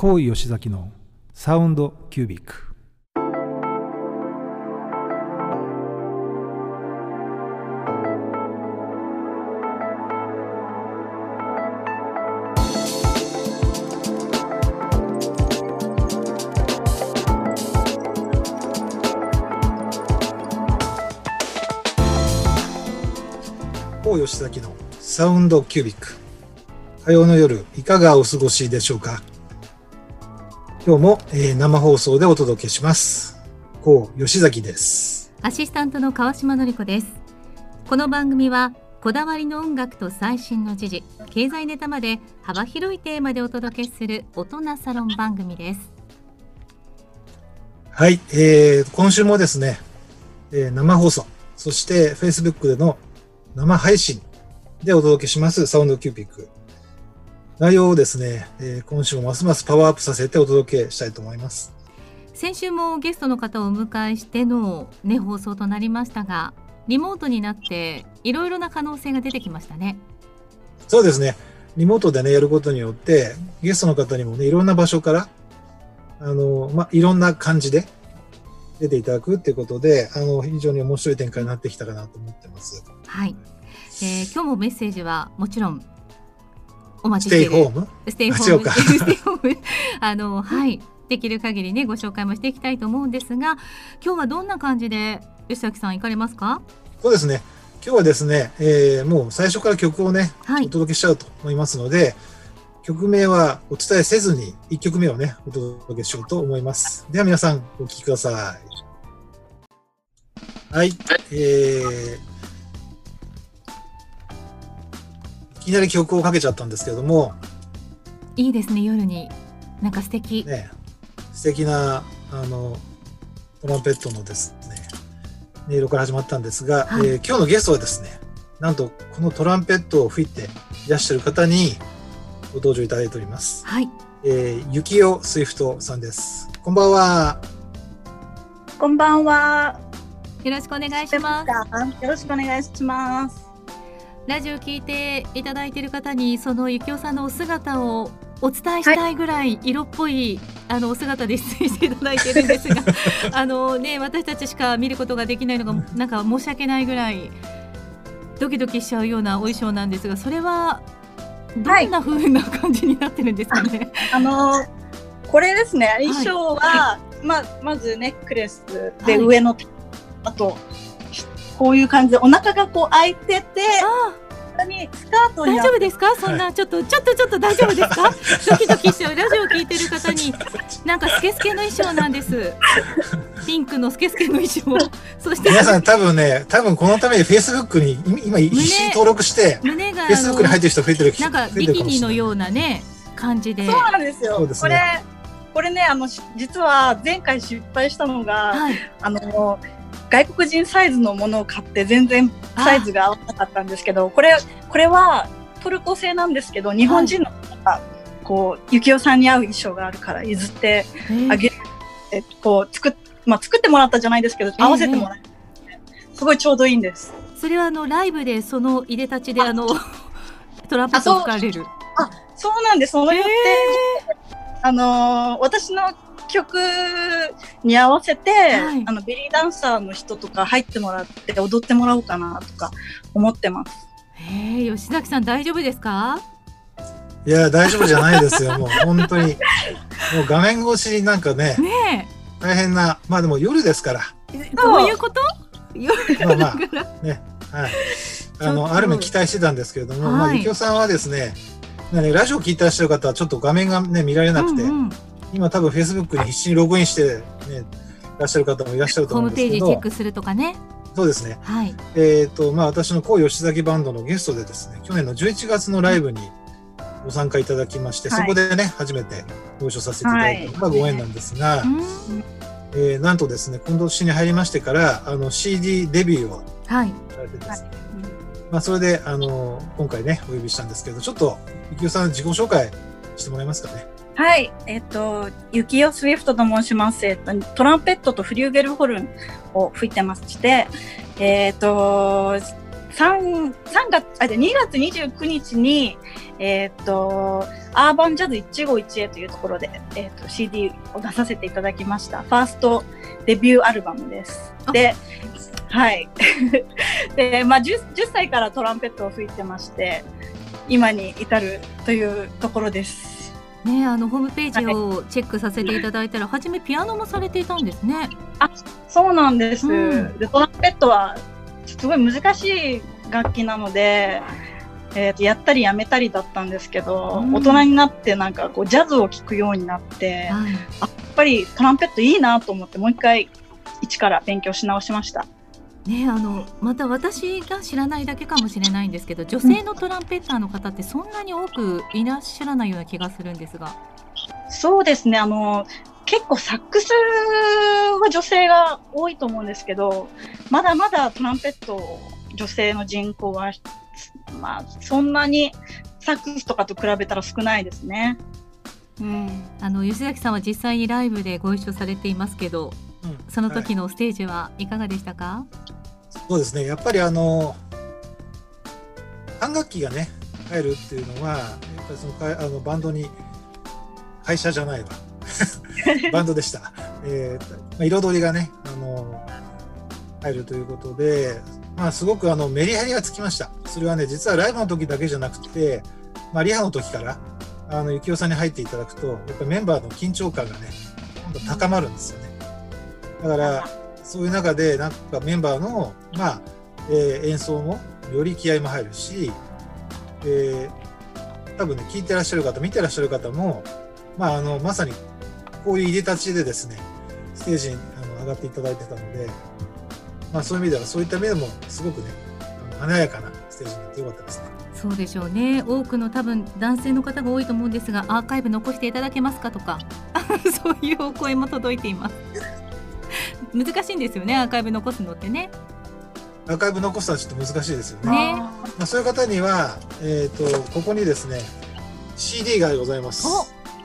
高井吉崎のサウンドキュービック。高井吉崎のサウンドキュービック。火曜の夜いかがお過ごしでしょうか。今日も、生放送でお届けします。高井吉崎です。 アシスタントの川島典子です。この番組はこだわりの音楽と最新の時事、経済ネタまで幅広いテーマでお届けする大人サロン番組です。 はい、今週もですね、生放送、そして Facebook での生配信でお届けしますサウンドキュービック。内容をですね、今週もますますパワーアップさせてお届けしたいと思います。 先週もゲストの方をお迎えしての、放送となりましたが、リモートになっていろいろな可能性が出てきましたね。 そうですね、リモートでねやることによってゲストの方にもねいろんな場所からいろんな感じで出ていただくっていうことで非常に面白い展開になってきたかなと思ってます。 はい、今日もメッセージはもちろんお待ちしている。ステイホームはい、できる限りねご紹介もしていきたいと思うんですが、今日はどんな感じで吉崎さん行かれますか？ そうですね、今日はですね、もう最初から曲をね、お届けしちゃうと思いますので、曲名はお伝えせずに1曲目をねお届けしようと思います。では皆さんお聴きください。はい、いきなり曲をかけちゃったんですけれども、 いいですね、夜になんか素敵、 ね、素敵なトランペットのですね音色から始まったんですが、今日のゲストはですね、なんとこのトランペットを吹いていらっしゃる方にご登場いただいております。 はい、 幸代スイフトさんです。こんばんは。 こんばんは。 よろしくお願いします。 よろしくお願いします。 ラジオ聞いていただいている方にその幸代さんのお姿をお伝えしたいぐらい色っぽい、お姿で出演していただいているんですが私たちしか見ることができないのがなんか申し訳ないぐらいドキドキしちゃうようなお衣装なんですが、それはどんな風な感じになってるんですかね？ これですね、衣装は、まずネックレスで上の、あとこういう感じでお腹がこう開いてて、スカートに大丈夫ですか？そんなちょっと大丈夫ですか？ドキドキしちゃう。ラジオ聞いてる方になんかスケスケの衣装なんです。ピンクのスケスケの衣装。そして皆さん多分このために Facebook に今一瞬登録して胸が Facebook に入ってる人増えてる。 なんかビキニのようなね感じで。 そうなんですよ。これね実は前回失敗したのが、外国人サイズのものを買って全然サイズが合わなかったんですけど、これはトルコ製なんですけど、日本人の方がこう幸代さんに合う衣装があるから譲ってあげるってこう作ってもらったじゃないですけど、合わせてもらって、すごいちょうどいいんです。 それはライブでその入れたちでトランペットを吹かれる。 そうなんです。そのよって私の曲に合わせて、ベリーダンサーの人とか入ってもらって踊ってもらおうかなとか思ってます。 吉崎さん大丈夫ですか？ いや大丈夫じゃないですよ。もう本当にもう画面越しになんかね大変な、でも夜ですから。 どういうこと？夜だからね、ある面期待してたんですけれども、幸代さんはですね、ラジオ聞いてらっしゃる方はちょっと画面がね見られなくて、今多分 Facebook に必死にログインしてねいらっしゃる方もいらっしゃると思うんですけど、 ホームページチェックするとかね。 そうですね。私の高井吉崎バンドのゲストでですね、去年の11月のライブにご参加いただきまして、そこでね初めてご一緒させていただいたのがご縁なんですが、なんとですね今年に入りましてからCD デビューをされてですね、それで今回ねお呼びしたんですけど、ちょっと幸代さん自己紹介してもらえますかね？ はい、幸代スウィフトと申します。トランペットとフリューゲルホルンを吹いてまして、 2月29日に、アーバンジャズ一期一会というところで、CD を出させていただきました。ファーストデビューアルバムです。で、はい。で、10歳からトランペットを吹いてまして、今に至るというところです。 ね、ホームページをチェックさせていただいたら、初めピアノもされていたんですね。 そうなんです。で、トランペットはすごい難しい楽器なので、やったりやめたりだったんですけど、大人になってなんかこうジャズを聴くようになって、やっぱりトランペットいいなと思ってもう一回一から勉強し直しました。 ね、また私が知らないだけかもしれないんですけど、女性のトランペッターの方ってそんなに多くいらっしゃらないような気がするんですが。 そうですね、結構サックスは女性が多いと思うんですけど、まだまだトランペット女性の人口はそんなにサックスとかと比べたら少ないですね。 吉崎さんは実際にライブでご一緒されていますけど、その時のステージはいかがでしたか？ そうですね、やっぱり管楽器がね入るっていうのは、やっぱりそのバンドに、会社じゃないわバンドでした、彩りがね入るということで、すごくメリハリがつきました。それはね、実はライブの時だけじゃなくて、リハの時から幸男さんに入っていただくと、やっぱりメンバーの緊張感がね今度高まるんですよね。だからそういう中でなんかメンバーの、演奏もより気合も入るし、多分ね、聴いてらっしゃる方見てらっしゃる方も、まさにこういう入れ立ちでですねステージに上がっていただいてたので、そういう意味ではそういった意味でもすごくね華やかなステージになってよかったですね。 そうでしょうね。多くの多分男性の方が多いと思うんですが、アーカイブ残していただけますかとかそういうお声も届いています難しいんですよね、アーカイブ残すのってね。 アーカイブ残すのはちょっと難しいですよね。そういう方には、ここにですね CD がございます。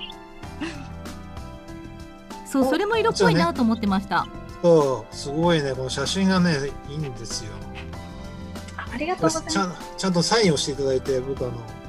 そう、それも色っぽいなと思ってました。 そうすごいね、この写真がねいいんですよ。 ありがとうございます。 ちゃんとサインをしていただいて、僕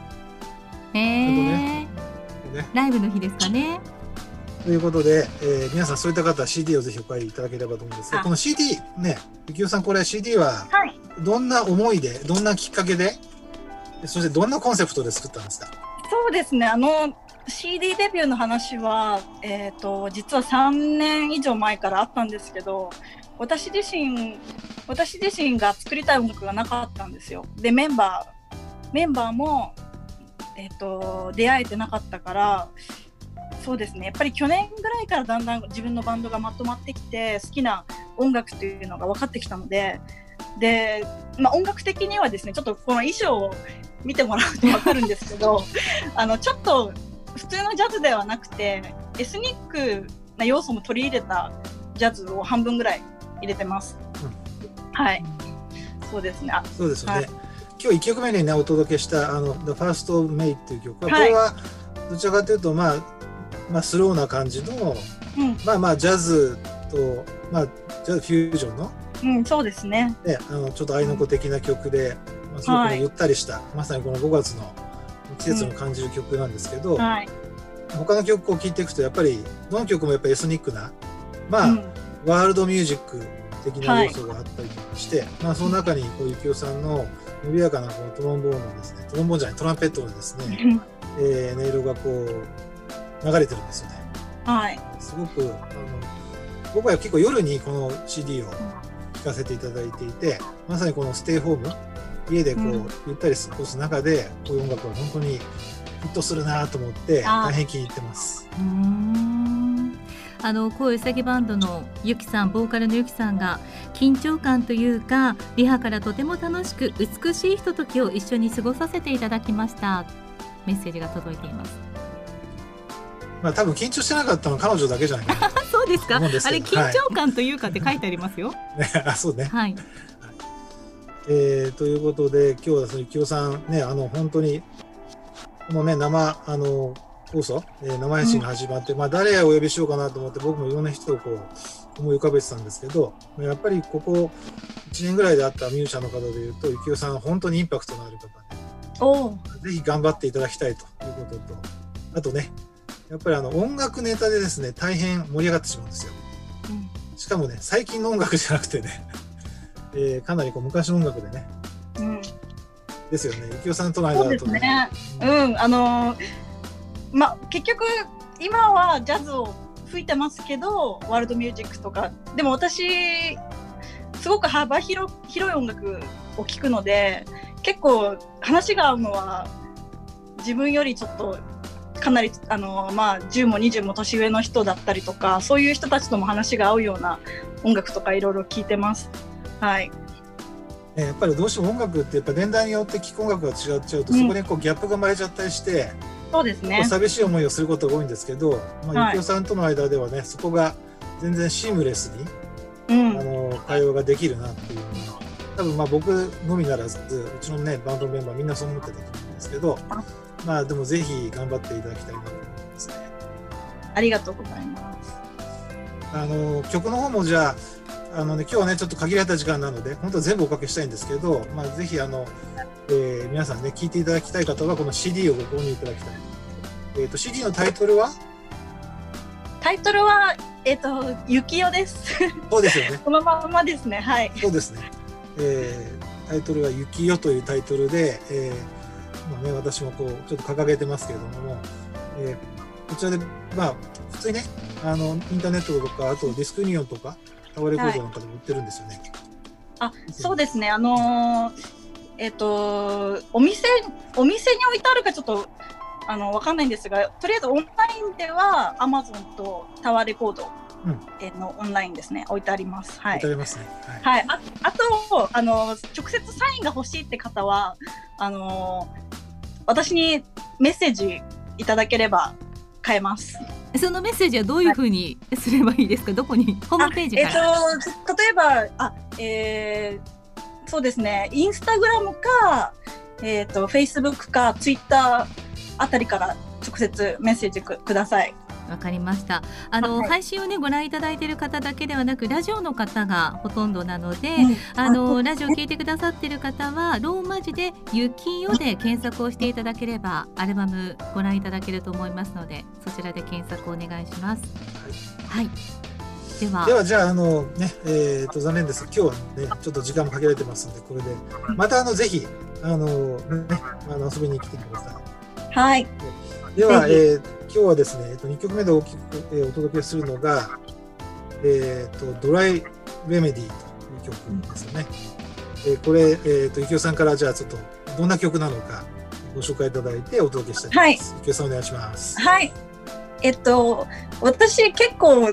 ライブの日ですかね。 ということで、皆さんそういった方は CD をぜひお買いいただければと思うんですが、この CD ね、幸男さん、これ CD はどんな思いで、どんなきっかけで、そしてどんなコンセプトで作ったんですか？ そうですね、CD デビューの話は、実は3年以上前からあったんですけど、私自身が作りたい音楽がなかったんですよ。で、メンバーも、出会えてなかったから、そうですね、やっぱり去年ぐらいからだんだん自分のバンドがまとまってきて、好きな音楽というのが分かってきたので、音楽的にはですね、ちょっとこの衣装を見てもらうと分かるんですけどちょっと普通のジャズではなくてエスニックな要素も取り入れたジャズを半分ぐらい入れてます。はい、そうですね。 そうですよね。今日1曲目にねお届けしたThe First of May っていう曲は、これはどちらかというとスローな感じの、ジャズとジャズフュージョンの、 そうですね。 ちょっと愛の子的な曲で、すごくゆったりした、まさにこの5月の季節を感じる曲なんですけど、他の曲を聴いていくとやっぱりどの曲もやっぱりエスニックな、ワールドミュージック的な要素があったりとかして、その中に幸男さんの伸びやかなこのトランペットのですね音色がこう流れてるんですよね。すごく僕は結構夜にこの CD を聴かせていただいていて、まさにこのステイホーム、家でこうゆったり過ごす中でこういう音楽は本当にヒットするなと思って大変気に入ってます。 声うさぎバンドのゆきさん、ボーカルのゆきさんが緊張感というかリハからとても楽しく美しいひとときを一緒に過ごさせていただきました、メッセージが届いています。 多分緊張してなかったのは彼女だけじゃないかなそうですか。あれ緊張感というかって書いてありますよ。 そうね。 はい。 ということで今日は幸男さんね、本当にこのね生放送、生配信が始まって、誰をお呼びしようかなと思って僕もいろんな人をこう思い浮かべてたんですけど、やっぱりここ 1年ぐらいで会ったミュージシャンの方でいうと、幸男さんは本当にインパクトのある方で、ぜひ頑張っていただきたいということと、あとね、やっぱり音楽ネタでですね、大変盛り上がってしまうんですよ。しかもね、最近の音楽じゃなくてね、かなり昔の音楽でね、ですよね。幸男さんとの間だとね。 結局今はジャズを吹いてますけど、ワールドミュージックとかでも私すごく幅広い音楽を聴くので、結構話が合うのは自分よりちょっとかなり10も20も年上の人だったりとか、そういう人たちとも話が合うような音楽とかいろいろ聴いてます。はい。 やっぱりどうしても音楽ってやっぱ年代によって聴く音楽が違っちゃうと、そこでギャップが生まれちゃったりして、 そうですね、 寂しい思いをすることが多いんですけど、幸男さんとの間ではね、そこが全然シームレスに、会話ができるなっていうのは、多分僕のみならずうちのねバンドメンバーみんなそう思ってたと思うんですけど、でもぜひ頑張っていただきたいなと思いますね。 ありがとうございます。 曲の方もじゃあ今日はねちょっと限られた時間なので本当は全部おかけしたいんですけど、ぜひ皆さんね聴いていただきたい方はこの CD をご購入いただきたい。CD のタイトルは幸男です。 そうですよね。 このままですね。はい。 そうですね。タイトルは幸男というタイトルで、私もちょっと掲げてますけれども、こちらで普通にねインターネットとかあとディスクユニオンとかタワーレコードなんかでも売ってるんですよね。 そうですね。お店に置いてあるかちょっとわかんないんですが、とりあえずオンラインでは Amazon とタワーレコードのオンラインですね、置いてあります。はい。置いてありますね。はい。あと直接サインが欲しいって方は私にメッセージいただければ買えます。 そのメッセージはどういうふうにすればいいですか？どこに？ホームページから？ 例えばそうですね、インスタグラムかフェイスブックかツイッターあたりから直接メッセージください。 わかりました。配信をねご覧いただいている方だけではなくラジオの方がほとんどなので、ラジオを聞いてくださっている方はローマ字で幸男で検索をしていただければアルバムご覧いただけると思いますので、そちらで検索お願いします。はい、ではじゃあ残念ですが今日はねちょっと時間も限られてますので、これでまたぜひ遊びに来てください。 はい。 では、今日はですね、2曲目でお届けするのが、ドライレメディという曲ですよね。これ、幸男さんからじゃあちょっとどんな曲なのかご紹介いただいてお届けしたいと思います。幸男さんお願いします。 はい。私結構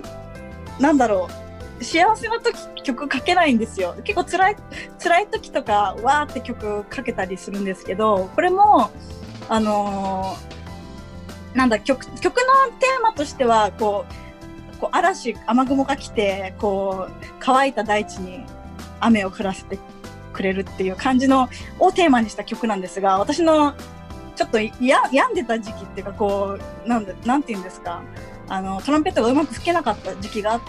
幸せな時曲かけないんですよ。結構辛い時とかわーって曲かけたりするんですけど、これも曲のテーマとしては雨雲が来て乾いた大地に雨を降らせてくれるっていう感じのをテーマにした曲なんですが、私のちょっと病んでた時期っていうかなんていうんですか、トランペットがうまく吹けなかった時期があって、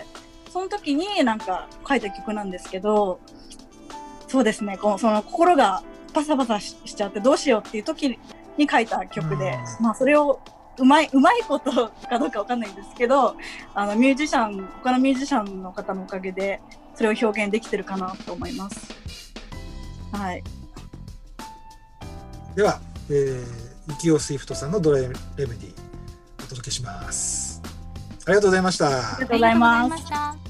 その時に書いた曲なんですけど、そうですね、その心がパサパサしちゃってどうしようっていう時に書いた曲で、それをうまいことかどうかわかんないんですけど、他のミュージシャンの方のおかげでそれを表現できてるかなと思います。はい。 では、幸男スイフトさんのドライレメディお届けします。ありがとうございました。 ありがとうございます。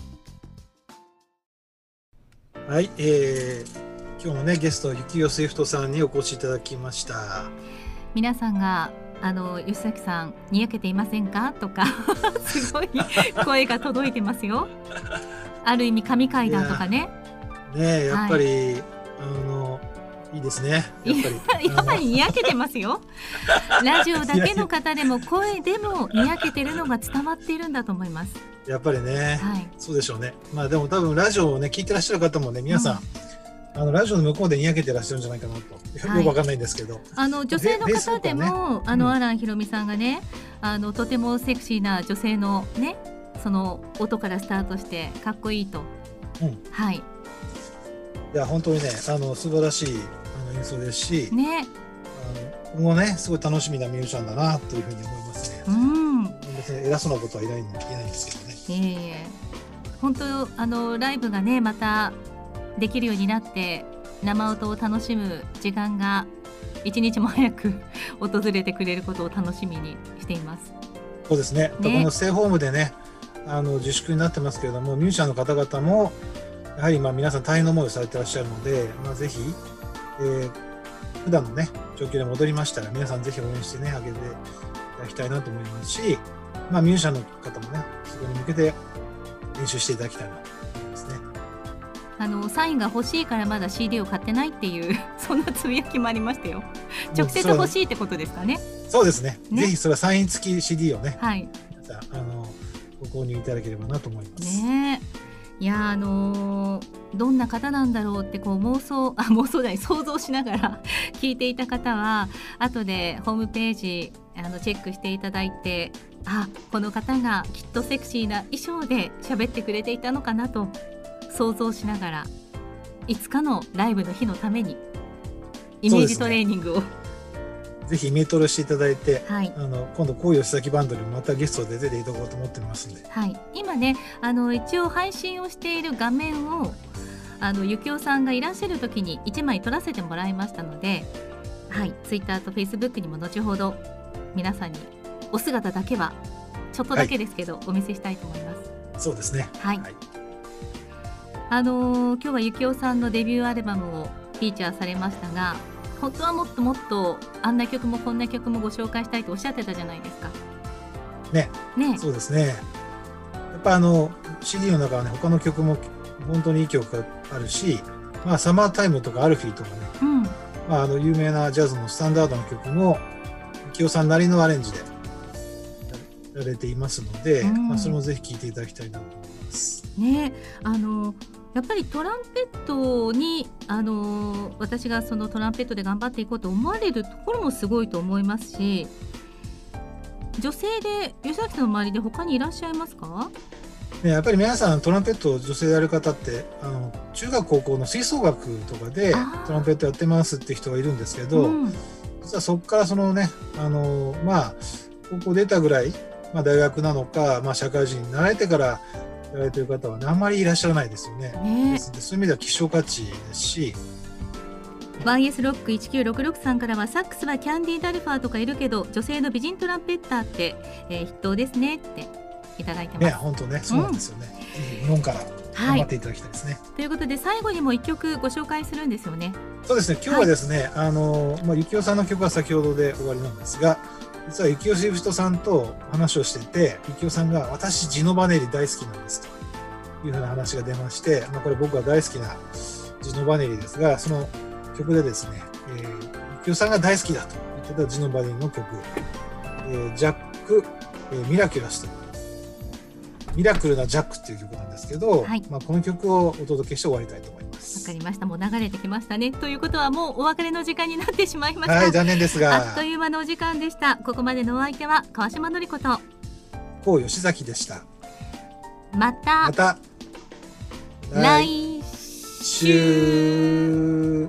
はい、今日もねゲスト幸男スイフトさんにお越しいただきました。 皆さんが吉崎さんにやけていませんかとかすごい声が届いてますよ。ある意味神階段とかね。 やっぱり、いいですね。 やっぱりにやけてますよ。ラジオだけの方でも声でもにやけてるのが伝わっているんだと思います。 やっぱりね、そうでしょうね。でも多分ラジオをね聞いてらっしゃる方もね皆さん、ラジオの向こうでにやけてらっしゃるんじゃないかなと、よくわかんないんですけど、 女性の方でも、アランひろみさんがねとてもセクシーな女性のねその音からスタートしてかっこいいと、はいいや本当にね素晴らしい演奏ですし、 ね、 今後ねすごい楽しみなミュージシャンだなというふうに思いますね。別に偉そうなことは言えないんですけどね。 本当ライブがねまたできるようになって生音を楽しむ時間が一日も早く訪れてくれることを楽しみにしています。 そうですね。このステイホームでね自粛になってますけれども、ミュージシャンの方々もやはり皆さん大変な思いをされていらっしゃるので、ぜひ、普段のね状況に戻りましたら皆さんぜひ応援してねあげていただきたいなと思いますし、ミュージシャンの方もねそこに向けて練習していただきたいなと思いますね。 サインが欲しいからまだ CD を買ってないっていうそんなつぶやきもありましたよ。直接欲しいってことですかね。 そうですね。ぜひそれはサイン付き CD をね、 はい、 ご購入いただければなと思いますね。いやどんな方なんだろうってこう妄想じゃない想像しながら聞いていた方は後でホームページチェックしていただいて、この方がきっとセクシーな衣装で喋ってくれていたのかなと想像しながらいつかのライブの日のためにイメージトレーニングを、 ぜひイメトレしていただいて、 はい、 今度こういう吉崎バンドにまたゲストで出ていただこうと思ってますんで、 はい、今ね一応配信をしている画面をゆきおさんがいらっしゃる時に1枚撮らせてもらいましたので、はい、ツイッターとフェイスブックにも後ほど皆さんにお姿だけはちょっとだけですけど、お見せしたいと思います。 そうですね。 はい、今日はゆきおさんのデビューアルバムをフィーチャーされましたが、本当はもっともっとあんな曲もこんな曲もご紹介したいとおっしゃってたじゃないですか。 ね、そうですね。やっぱCD の中はね他の曲も本当にいい曲があるし、サマータイムとかアルフィーとかね、有名なジャズのスタンダードの曲もゆきおさんなりのアレンジでやられていますので、それもぜひ聴いていただきたいなと思いますね。やっぱりトランペットに私がそのトランペットで頑張っていこうと思われるところもすごいと思いますし、女性で吉崎さんの周りで他にいらっしゃいますか？ やっぱり皆さんトランペットを女性でやる方って中学高校の吹奏楽とかでトランペットやってますって人がいるんですけど、実はそこからそのね高校出たぐらい、大学なのか、社会人になられてからやられている方は、あんまりいらっしゃらないですよね。ですのでそういう意味では希少価値ですし、 YS ロック1966さんからはサックスはキャンディー・ダルファーとかいるけど女性の美人トランペッターって、筆頭ですねっていただいてます。 本当ね、そうなんですよね。日本から頑張っていただきたいですね。 ということで最後にも1曲ご紹介するんですよね。 そうですね。今日はですね、ゆきおさんの曲は先ほどで終わりなんですが、実はゆきおシフトさんと話をしていて、ゆきおさんが私ジノバネリ大好きなんですというふうな話が出まして、これ僕は大好きなジノバネリですが、その曲でですね、ゆきおさんが大好きだと言ってたジノバネリの曲、ジャック、ミラキュラスというミラクルなジャックっていう曲なんですけど、この曲をお届けして終わりたいと思います。 わかりました。もう流れてきましたね。ということはもうお別れの時間になってしまいました。 はい、残念ですがあっという間のお時間でした。ここまでのお相手は川島典子とこう吉崎でした。 また来週。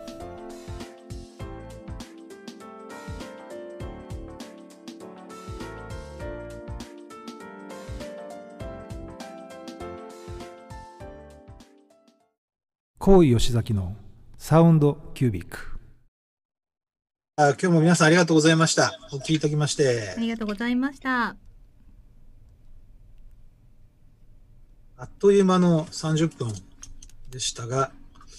高井吉崎のサウンドキュービック。今日も皆さんありがとうございました。お聞きいただきましてありがとうございました。 あっという間の30分でしたが、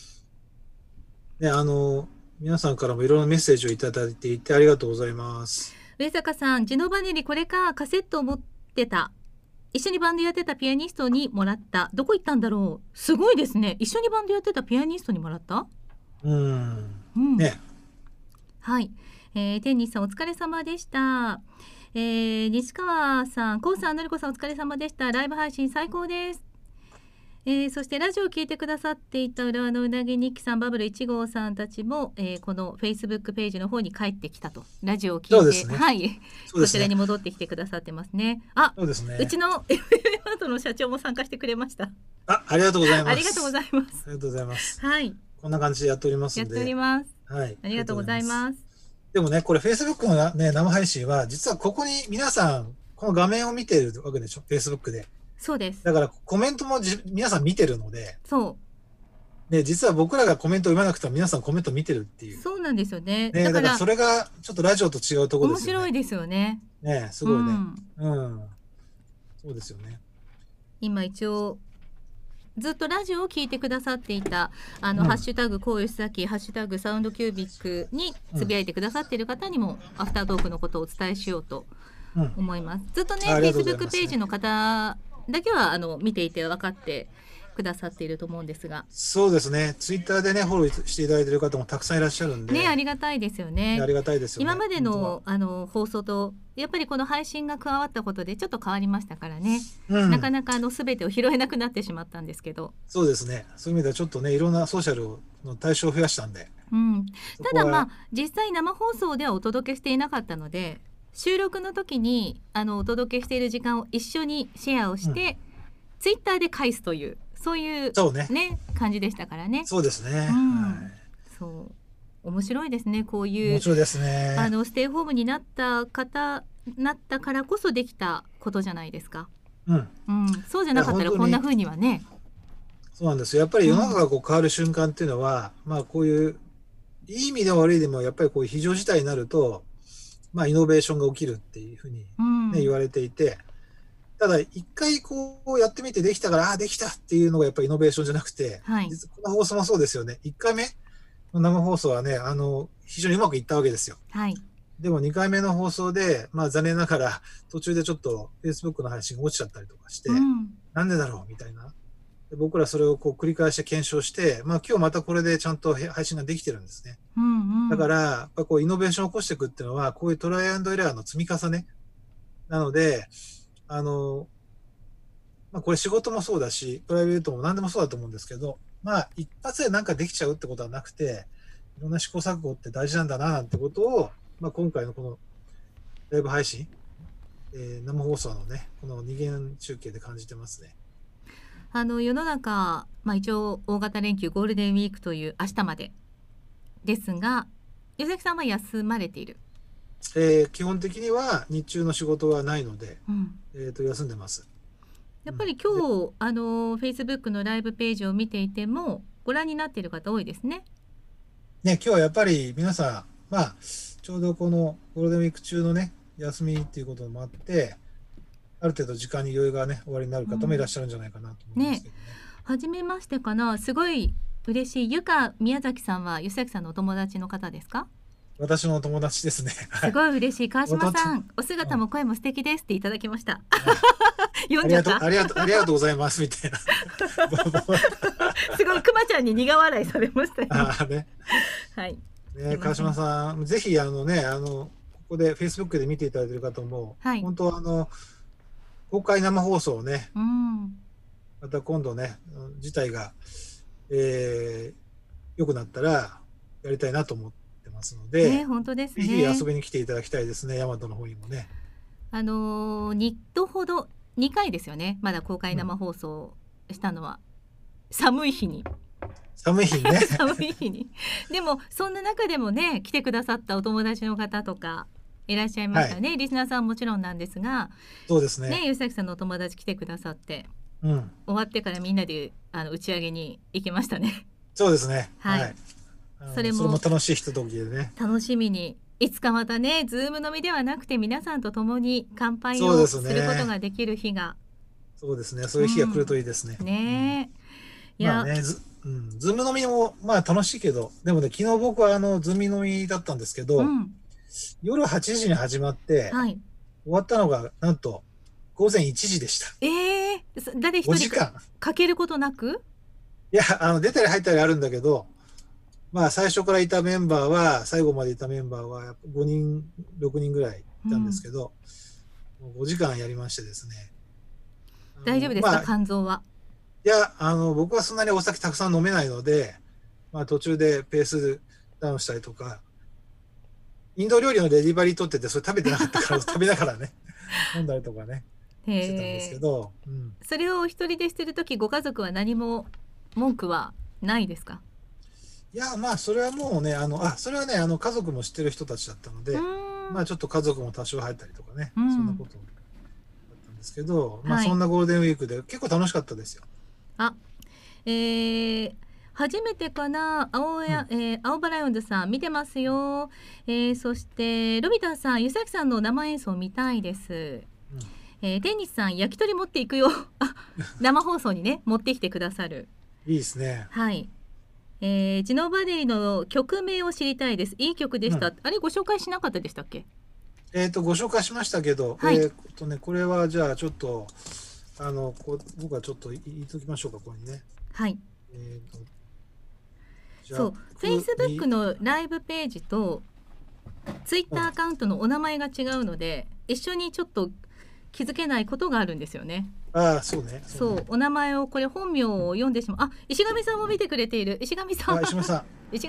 皆さんからもいろんなメッセージをいただいていてありがとうございます。 上坂さん、ジノバネリこれかカセットを持ってた。一緒にバンドやってたピアニストにもらった。どこ行ったんだろう。すごいですね。一緒にバンドやってたピアニストにもらった。 ね。 はい、天西さんお疲れ様でした。西川さん、こうさん、のりこさんお疲れ様でした。ライブ配信最高です。そしてラジオを聞いてくださっていた浦和のうなぎ日記さん、バブル1号さんたちも、このフェイスブックページの方に帰ってきたと。ラジオを聞いて、はい、こちらに戻ってきてくださってますね。 そうですね。 うちのマートの社長も参加してくれました。 ありがとうございます。 ありがとうございます。 ありがとうございます。 はい。 こんな感じでやっておりますんで。 やっております。 はい。 ありがとうございます。 でもね、これ Facebook のね、生配信は、実はここに皆さん、この画面を見てるわけでしょ ?Facebook で。 そうです。 だからコメントも皆さん見てるので。 そう。 ね、実は僕らがコメントを読まなくても皆さんコメント見てるっていう。 そうなんですよね。 ね、だからそれがちょっとラジオと違うところですよね。 面白いですよね。 ね、すごいね。そうですよね。 今一応、ずっとラジオを聞いてくださっていた、ハッシュタグ、こうよしさき、ハッシュタグ、サウンドキュービックにつぶやいてくださっている方にも、アフタートークのことをお伝えしようと思います。ずっとね、Facebook ページの方だけは、見ていて分かってくださっていると思うんですが。 そうですね。ツイッターでね、フォローしていただいている方もたくさんいらっしゃるんで。 ね、ありがたいですよね。 ありがたいですよね。 今までの、放送と、やっぱりこの配信が加わったことでちょっと変わりましたからね。なかなか全てを拾えなくなってしまったんですけど。 そうですね。そういう意味ではちょっとね、いろんなソーシャルの対象を増やしたんで。 ただ実際生放送ではお届けしていなかったので、収録の時にお届けしている時間を一緒にシェアをして、ツイッターで返すという、そういうね、感じでしたからね。 そうですね。 そう。面白いですね、こういう。 面白いですね。 ステイホームになったからこそできたことじゃないですか。そうじゃなかったらこんな風にはね。 そうなんですよ。やっぱり世の中がこう変わる瞬間っていうのは、こういういい意味でも悪い意味でもやっぱりこういう非常事態になると、イノベーションが起きるっていうふうに、ね言われていて、ただ一回こうやってみてできたからできたっていうのがやっぱりイノベーションじゃなくて、実はこの放送もそうですよね。1回目の生放送はね非常にうまくいったわけですよ。でも2回目の放送で、残念ながら途中でちょっと Facebook の配信が落ちちゃったりとかして、なんでだろうみたいな。で僕らそれをこう繰り返して検証して、今日またこれでちゃんと配信ができてるんですね。だから、やっぱこうイノベーションを起こしていくっていうのは、こういうトライアンドエラーの積み重ね。なので、これ仕事もそうだし、プライベートも何でもそうだと思うんですけど、一発でなんかできちゃうってことはなくて、いろんな試行錯誤って大事なんだな、なんてことを、今回のこのライブ配信、生放送のね、この二元中継で感じてますね。 世の中、一応大型連休ゴールデンウィークという明日までですが、吉崎さんは休まれている？ 基本的には日中の仕事はないので、休んでます。 やっぱり今日、Facebook のライブページを見ていてもご覧になっている方多いですね。 ね、今日はやっぱり皆さん、ちょうどこのゴールデンウィーク中のね、休みっていうこともあって、ある程度時間に余裕がね、終わりになる方もいらっしゃるんじゃないかなと思いますけどね。 初めましてかな、すごい嬉しい。ゆか宮崎さんは吉崎さんのお友達の方ですか？ 私のお友達ですね。 すごい嬉しい。川島さん、お姿も声も素敵ですっていただきました。 読んじゃった。ありがとうございますみたいな。すごいくまちゃんに苦笑いされましたよ。はい。 川島さん、ぜひここで Facebook で見ていただいている方も、本当公開生放送をね、また今度ね、事態が良くなったらやりたいなと思ってますので、 本当ですね。 ぜひ遊びに来ていただきたいですね、大和の方にもね。 2度ほど、2回ですよね、まだ公開生放送したのは。寒い日に。 寒い日にね。 寒い日に。でも、そんな中でもね、来てくださったお友達の方とか、いらっしゃいましたね。リスナーさんもちろんなんですが、 そうですね。 吉崎さんのお友達来てくださって、終わってからみんなで打ち上げに行きましたね。 そうですね。 それも楽しいひとときでね。 楽しみに。いつかまたね、ズーム飲みではなくて皆さんと共に乾杯をすることができる日が。 そうですね。そういう日が来るといいですね。 いや、 ズーム飲みも楽しいけど、でもね、昨日僕はズーム飲みだったんですけど、夜8時に始まって、終わったのがなんと午前1時でした。 誰一人かけることなく？ いや、出たり入ったりあるんだけど、最初からいたメンバーは、最後までいたメンバーは5人、6人ぐらいいたんですけど、5時間やりましてですね。 大丈夫ですか、肝臓は？ いや、僕はそんなにお酒たくさん飲めないので、途中でペースダウンしたりとか、インド料理のデリバリー取ってて、それ食べてなかったから、食べながらね、飲んだりとかね。 してたんですけど、 それをお一人でしてるとき、ご家族は何も文句はないですか？ いや、まあ、それはもうね、それはね、家族も知ってる人たちだったので、まあ、ちょっと家族も多少入ったりとかね、そんなことだったんですけど、まあ、そんなゴールデンウィークで結構楽しかったですよ。 初めてかな、青葉ライオンズさん見てますよ。そしてロビタンさん、ゆさきさんの生演奏見たいです。デニスさん、焼き鳥持っていくよ。生放送にね持ってきてくださる。 いいですね。 はい。ジノバデリの曲名を知りたいです。いい曲でした。あれご紹介しなかったでしたっけ？ ご紹介しましたけど、 はい、 これはじゃあちょっと僕はちょっと言いときましょうか、ここにね。 はい。そう、Facebook のライブページと Twitter アカウントのお名前が違うので、一緒にちょっと気づけないことがあるんですよね。 そうね。 そう、お名前を、これ本名を読んでしまう。石上さんも見てくれている。石上さん。 石上さん。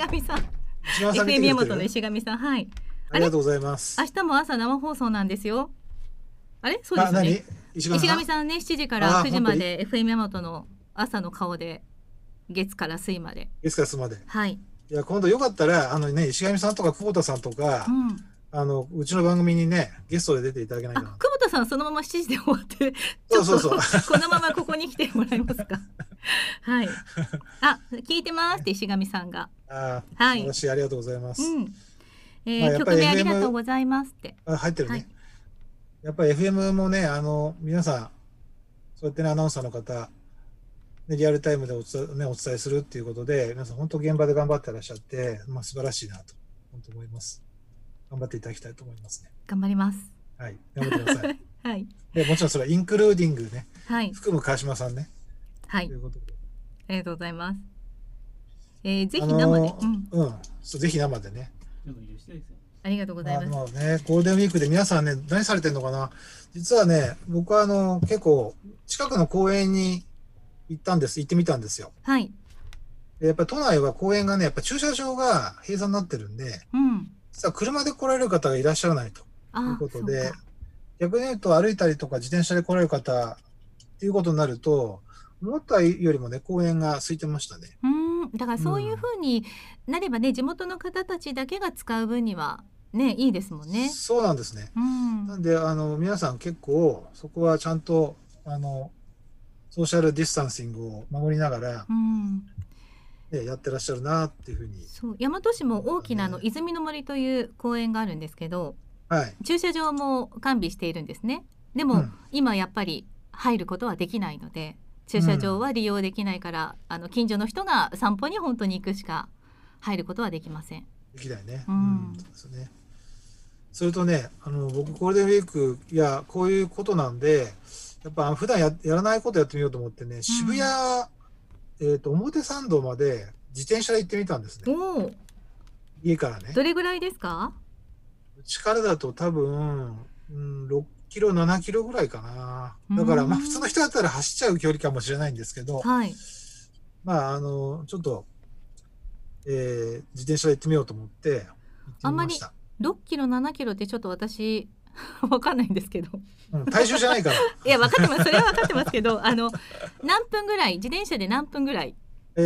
FM 山本の石上さん。はい。 ありがとうございます。 明日も朝生放送なんですよ。あれ？そうですね。石上さんね、7時から9時まで FM 山本の朝の顔で、月から水まで。 はい。いや、今度よかったら、石上さんとか久保田さんとか、うちの番組にね、ゲストで出ていただけないかな。 久保田さんそのまま7時で終わって、 そう。 このままここに来てもらえますか。はい。聞いてますって石上さんが。 はい。私ありがとうございます。 曲名ありがとうございますって。 入ってるね。やっぱり FM もね、皆さん、そうやってね、アナウンサーの方、リアルタイムでお伝えするっていうことで、皆さん本当現場で頑張ってらっしゃって、素晴らしいなと、本当思います。頑張っていただきたいと思いますね。 頑張ります。 はい。頑張ってください。 はい。 で、もちろんそれはインクルーディングね。 はい。 含む川島さんね。 はい。 ということで。 ありがとうございます。ぜひ生で。 ぜひ生でね。 ありがとうございます。 ゴールデンウィークで皆さんね、何されてるのかな。実はね、僕は結構、近くの公園に行ってみたんですよ。 はい。 やっぱり都内は公園がね、やっぱ駐車場が閉鎖になってるんで、実は車で来られる方がいらっしゃらないということで、逆に言うと歩いたりとか自転車で来られる方っていうことになると、思ったよりもね、公園が空いてましたね。 だからそういうふうになればね、地元の方たちだけが使う分にはね、いいですもんね。 そうなんですね。なんで、皆さん結構、そこはちゃんと、ソーシャルディスタンシングを守りながら、やってらっしゃるなっていうふうに。 そう、大和市も大きな泉の森という公園があるんですけど、駐車場も完備しているんですね。でも、今やっぱり入ることはできないので、駐車場は利用できないから、近所の人が散歩に本当に行くしか入ることはできません。 できないね。そうですね。それとね、僕ゴールデンウィーク、こういうことなんで、やっぱ普段やらないことやってみようと思ってね、渋谷、表参道まで自転車で行ってみたんですね。家からね。 どれぐらいですか？ うちからだと多分、6キロ、7キロぐらいかな。だから、普通の人だったら走っちゃう距離かもしれないんですけど、ちょっと、自転車で行ってみようと思って行ってみました。 あんまり6キロ、7キロってちょっと私、わかんないんですけど。 体重じゃないから。 いや、分かってます。それは分かってますけど、何分ぐらい、自転車で何分ぐらい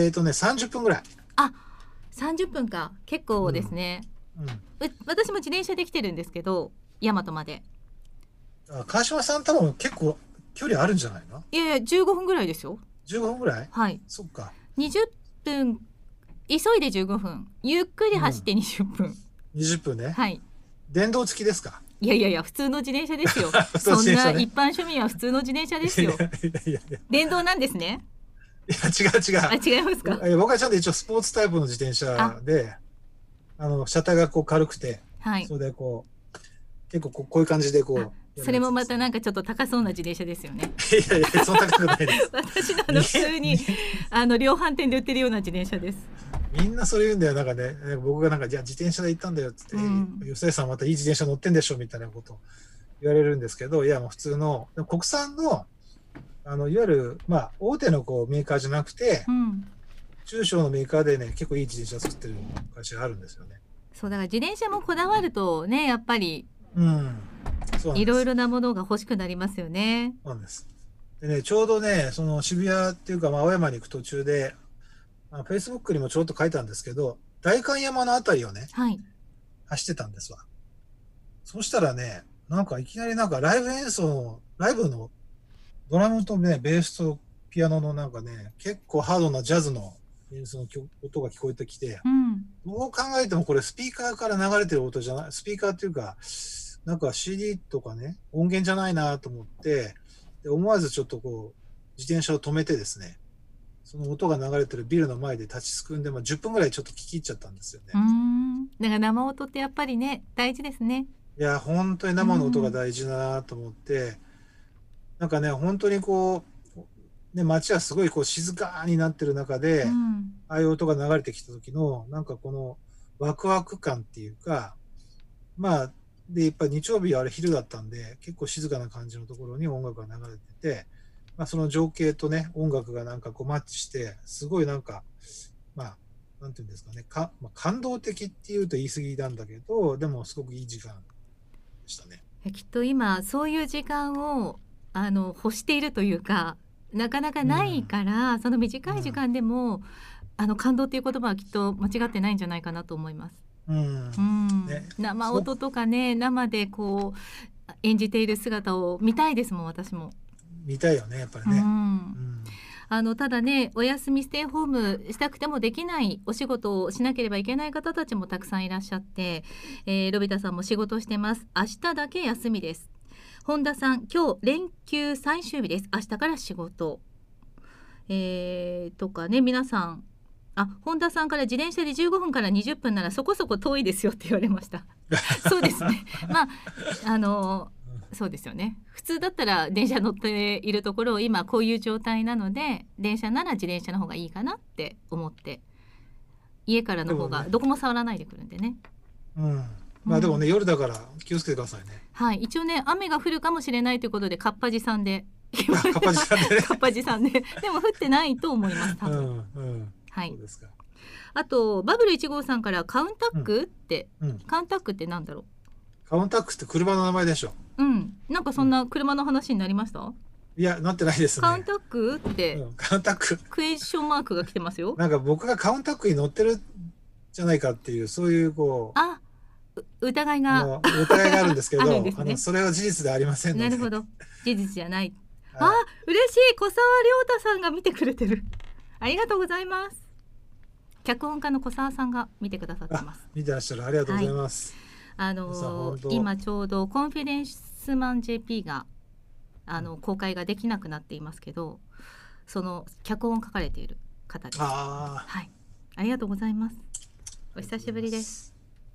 30分ぐらい。 30分か。結構ですね。私も自転車で来てるんですけど、大和まで。 川島さん多分結構距離あるんじゃないの？ いや15分ぐらいですよ。 15分ぐらい？ はい。 そっか。 20分、急いで15分。ゆっくり走って20分。 20分ね。 はい。 電動付きですか？ いや、普通の自転車ですよ。そんな一般庶民は普通の自転車ですよ。電動なんですね。 いや、違う。 違いますか？ 僕はちゃんと一応スポーツタイプの自転車で、車体が軽くて、それで結構こういう感じでそれもまたなんかちょっと高そうな自転車ですよね。 いや、そんな高くないです。 私の普通に量販店で売ってるような自転車です。 みんなそれ言うんだよ。なんかね、僕がじゃあ自転車で行ったんだよって言って、吉田さんまたいい自転車乗ってんでしょみたいなこと言われるんですけど、いやもう普通の国産のいわゆる大手のメーカーじゃなくて、中小のメーカーでね結構いい自転車作ってる会社があるんですよね。 そうだから自転車もこだわるとね、やっぱりうん。そうなんいろいです。 ろなものが欲しくなりますよね。 そうなんです。でね、ちょうどね、その渋谷っていうか、青山に行く途中で、Facebook にもちょっと書いたんですけど、代官山のあたりをね、 はい。 走ってたんですわ。そしたらね、なんかいきなりなんかライブ演奏の、ライブのドラムとね、ベースとピアノのなんかね、結構ハードなジャズの演奏の音が聞こえてきて、 うん。 どう考えてもこれスピーカーから流れてる音じゃない、スピーカーっていうか、なんか CD とかね、音源じゃないなと思って、で思わずちょっとこう、自転車を止めてですね、その音が流れてるビルの前で立ちすくんで、10分ぐらいちょっと聞き入っちゃったんですよね。 だから生音ってやっぱりね、大事ですね。 いや、本当に生の音が大事だなと思って、なんかね、本当にこう、ね、街はすごいこう静かになってる中で、ああいう音が流れてきた時の、なんかこのワクワク感っていうか、で、やっぱり日曜日はあれ昼だったんで、結構静かな感じのところに音楽が流れてて、その情景とね、音楽がなんかこうマッチして、すごいなんか、なんていうんですかね、感動的っていうと言い過ぎなんだけど、でもすごくいい時間でしたね。 きっと今そういう時間を欲しているというか、なかなかないから、その短い時間でも、感動っていう言葉はきっと間違ってないんじゃないかなと思います。 ね、 生音とかね、生でこう演じている姿を見たいですもん、私も。 見たいよね、やっぱりね。 ただね、お休みステイホームしたくてもできないお仕事をしなければいけない方たちもたくさんいらっしゃって、ロビタさんも仕事してます。明日だけ休みです。本田さん、今日連休最終日です。明日から仕事。とかね、皆さん、本田さんから自転車で15分から20分ならそこそこ遠いですよって言われました。そうですね。そうですよね。普通だったら電車乗っているところを今こういう状態なので、電車なら自転車の方がいいかなって思って、家からの方がどこも触らないでくるんでね。 でもね、夜だから気をつけてくださいね。 はい、一応ね、雨が降るかもしれないということで、かっぱじさんで。 かっぱじさんでね。 かっぱじさんで。でも降ってないと思います、多分。はい。 そうですか。 あと、バブル1号さんからカウンタックって、カウンタックってなんだろう。 カウンタックって車の名前でしょ。 なんかそんな車の話になりました？ いや、なってないですね。 カウンタックって、 カウンタック。 クエスチョンマークが来てますよ。 なんか僕がカウンタックに乗ってるじゃないかっていう、そういうこう、疑いが。 疑いがあるんですけど、 ね、 それは事実ではありませんので。 なるほど。事実じゃない。嬉しい。小沢亮太さんが見てくれてる。ありがとうございます。脚本家の小沢さんが見てくださってます。 見てらっしゃる。ありがとうございます。 今ちょうどコンフィデンスマン JP が公開ができなくなっていますけど、その脚本を書かれている方です。はい、ありがとうございます。お久しぶりです。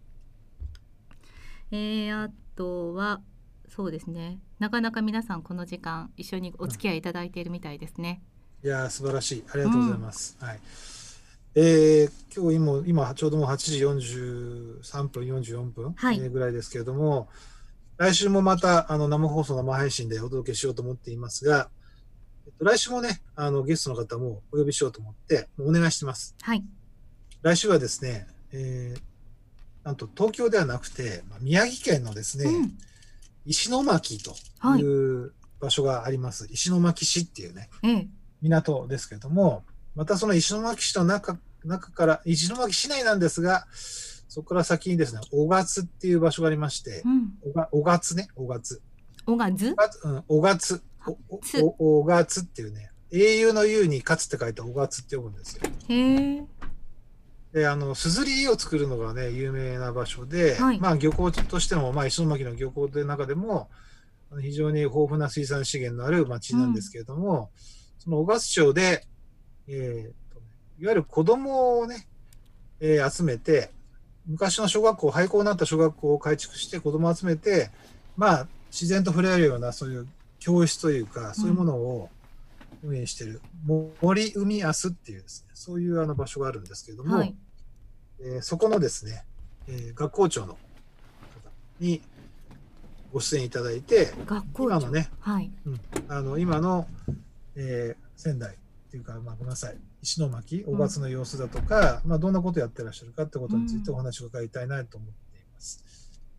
あとはそうですね、なかなか皆さんこの時間一緒にお付き合いいただいているみたいですね。 いや素晴らしい、ありがとうございます。はい。今日今ちょうどもう8時43分44分、ぐらいですけれども、来週もまた生放送生配信でお届けしようと思っていますが、来週もねゲストの方もお呼びしようと思ってお願いしてます。 はい。 来週はですね、なんと東京ではなくて宮城県のですね、石巻という場所があります。石巻市っていうね、港ですけれども、またその石巻市の中から、石巻市内なんですが、そこから先にですね、小勝っていう場所がありまして、小勝ね、小勝。 小勝？ 小勝。小勝っていうね、英雄の雄に勝つって書いて小勝って呼ぶんですよ。 へー。 で、すずりを作るのがね、有名な場所で、漁港としても、石巻の漁港という中でも、非常に豊富な水産資源のある町なんですけれども、その小勝町で、いわゆる子供をね、集めて、昔の小学校、廃校になった小学校を改築して子供を集めて、自然と触れ合えるような、そういう教室というか、そういうものを運営している、森海安っていうですね、そういう場所があるんですけれども、そこのですね、学校長の方にご出演いただいて、今のね、今の、仙台っていうか、ごめんなさい、石巻、小勝の様子だとか、どんなことやってらっしゃるかってことについてお話を伺いたいなと思っています。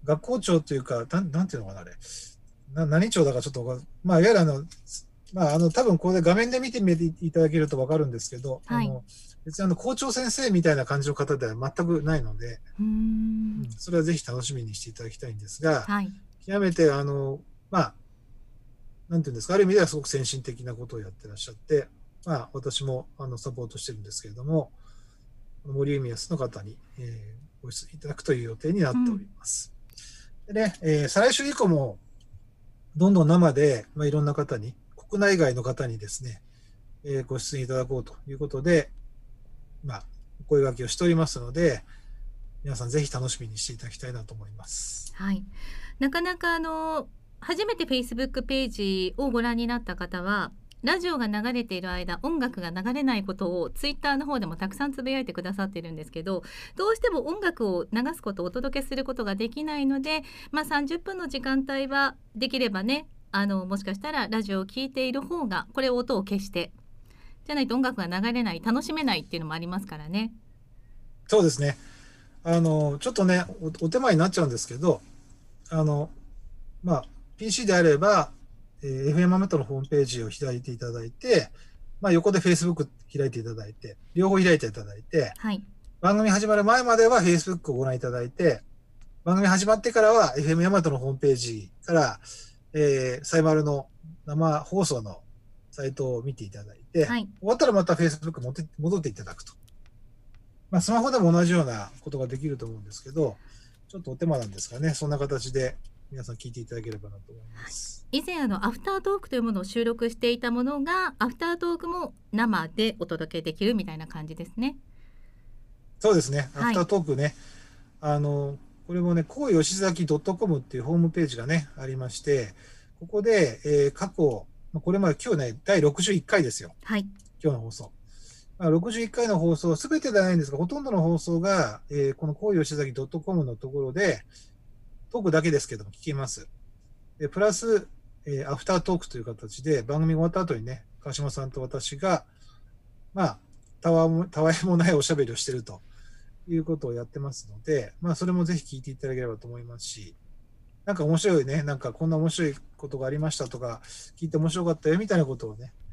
学校長というか、なんていうのかな、あれ。何長だかちょっとまあ、いわゆる多分これで画面で見ていただけるとわかるんですけど、 はい、 別に校長先生みたいな感じの方では全くないので、それはぜひ楽しみにしていただきたいんですが、 はい、 極めてまあ、なんていうんですか、ある意味ではすごく先進的なことをやってらっしゃって、まあ、私もサポートしてるんですけれども、森海康の方に、ご出演いただくという予定になっております。でね、再来週以降も、どんどん生で、まあ、いろんな方に、国内外の方にですね、ご出演いただこうということで、まあ、お声掛けをしておりますので、皆さんぜひ楽しみにしていただきたいなと思います。 はい。なかなか初めて Facebook ページをご覧になった方は、ラジオが流れている間、音楽が流れないことをツイッターの方でもたくさんつぶやいてくださってるんですけど、どうしても音楽を流すことをお届けすることができないので、まあ30分の時間帯はできればね、もしかしたらラジオを聴いている方が、これ音を消して、じゃないと音楽が流れない、楽しめないっていうのもありますからね。 そうですね。ちょっとね、お手間になっちゃうんですけど、まあ、PC であれば、FM アメトのホームページを開いていただいて、まあ、横で Facebook 開いていただいて、両方開いていただいて、 はい、 番組始まる前までは Facebook をご覧いただいて、番組始まってからは FM ヤマトのホームページから、サイマルの生放送のサイトを見ていただいて、 はい、 終わったらまた Facebook 戻っていただくと。まあ、スマホでも同じようなことができると思うんですけど、ちょっとお手間なんですかね。そんな形で皆さん聞いていただければなと思います。 以前アフタートークというものを収録していたものが、アフタートークも生でお届けできるみたいな感じですね。 そうですね。 はい、 アフタートークね。これもね、こうよしざき .com っていうホームページがね、ありまして、ここで、過去、これまで今日ね、第61回ですよ。 はい。 今日の放送。61回の放送、すべてではないんですが、ほとんどの放送が、このこうよしざき .com のところで、トークだけですけども聞けます。で、プラス、アフタートークという形で、番組が終わった後にね、川島さんと私が、まあ、たわいもないおしゃべりをしているということをやってますので、まあ、それもぜひ聞いていただければと思いますし、なんか面白いね、なんかこんな面白いことがありましたとか、聞いて面白かったよみたいなことをね、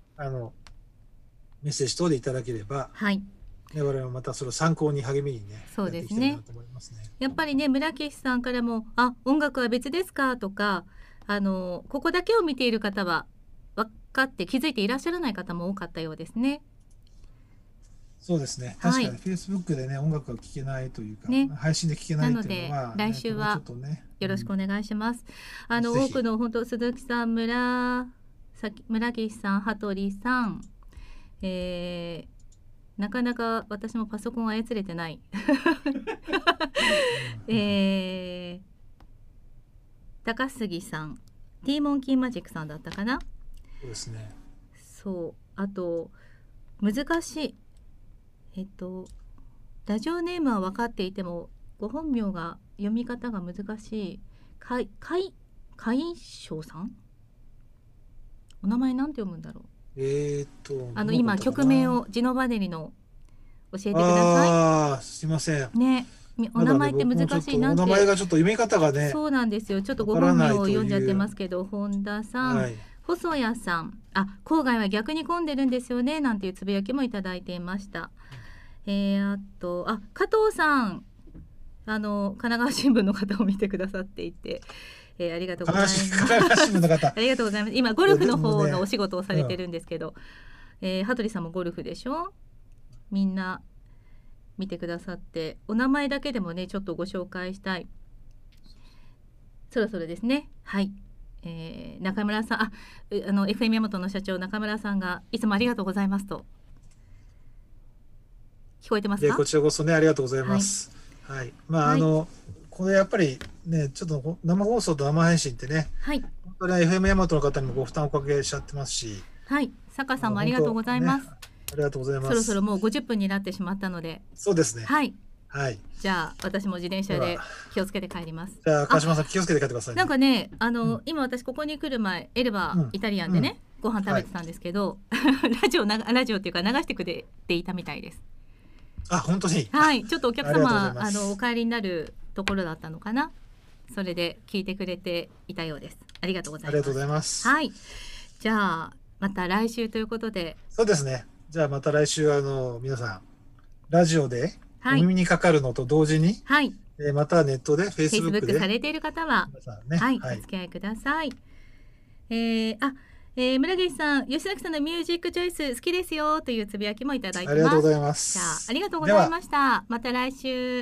メッセージ等でいただければ、 はい。 ね、我々もまたそれを参考に励みにね、 そうですね。 やっていきたいなと思いますね。 やっぱりね、村岸さんからも、音楽は別ですかとか、ここだけを見ている方は分かって気づいていらっしゃらない方も多かったようですね。 そうですね。確かに Facebook でね、音楽が聴けないというか、 ね、 配信で聴けないっていうのは、 なので、来週はよろしくお願いします。多くの本当、鈴木さん、村岸さん、羽鳥さん、なかなか私もパソコン操れてない。高杉さん、ティーモンキーマジックさんだったかな。 そうですね。 そう、あと難しい。ラジオネームは分かっていてもご本名が読み方が難しい。海翔さん。お名前なんて読むんだろう。今曲名をジノバネリの教えてください。 すいません。 ね。お名前って難しいなんて。 お名前がちょっと読み方がね。 そうなんですよ。ちょっとご本名を読んじゃってますけど、本田さん、はい、細谷さん、郊外は逆に混んでるんですよねなんていうつぶやきもいただいていました。あと加藤さん、神奈川新聞の方を見てくださっていて、ありがとうございます。 神奈川新聞の方。 ありがとうございます。今ゴルフの方のお仕事をされてるんですけど、羽鳥さんもゴルフでしょ。みんな見てくださって、お名前だけでもねちょっとご紹介したい。そろそろですね。はい。中村さん、FM ヤマトの社長中村さんがいつもありがとうございますと。聞こえてますか？ こちらこそね、ありがとうございます。はい。まあ、これやっぱりね、ちょっと生放送と生配信ってね、 はい。 本当に FM ヤマトの方にもご負担をおかけしちゃってますし。 はい。坂さんもありがとうございます。 ありがとうございます。 そろそろもう50分になってしまったので。 そうですね。 はい。 はい。 じゃあ私も自転車で気をつけて帰ります。 じゃあ川島さん気をつけて帰ってくださいね。 なんかね、今私ここに来る前エルバーイタリアンでね、ご飯食べてたんですけど、ラジオっていうか流してくれていたみたいです。 本当に。 はい。ちょっとお客様お帰りになるところだったのかな。 それで聞いてくれていたようです。ありがとうございます。 ありがとうございます。 はい。じゃあまた来週ということで。 そうですね。じゃあまた来週皆さんラジオでお耳にかかるのと同時に、 はい。 またネットで Facebook でされている方は、 ね、 はい、お付き合いください。村岸さん、吉崎さんのミュージックチョイス好きですよというつぶやきもいただいてます。 ありがとうございます。 じゃあ、ありがとうございました。また来週。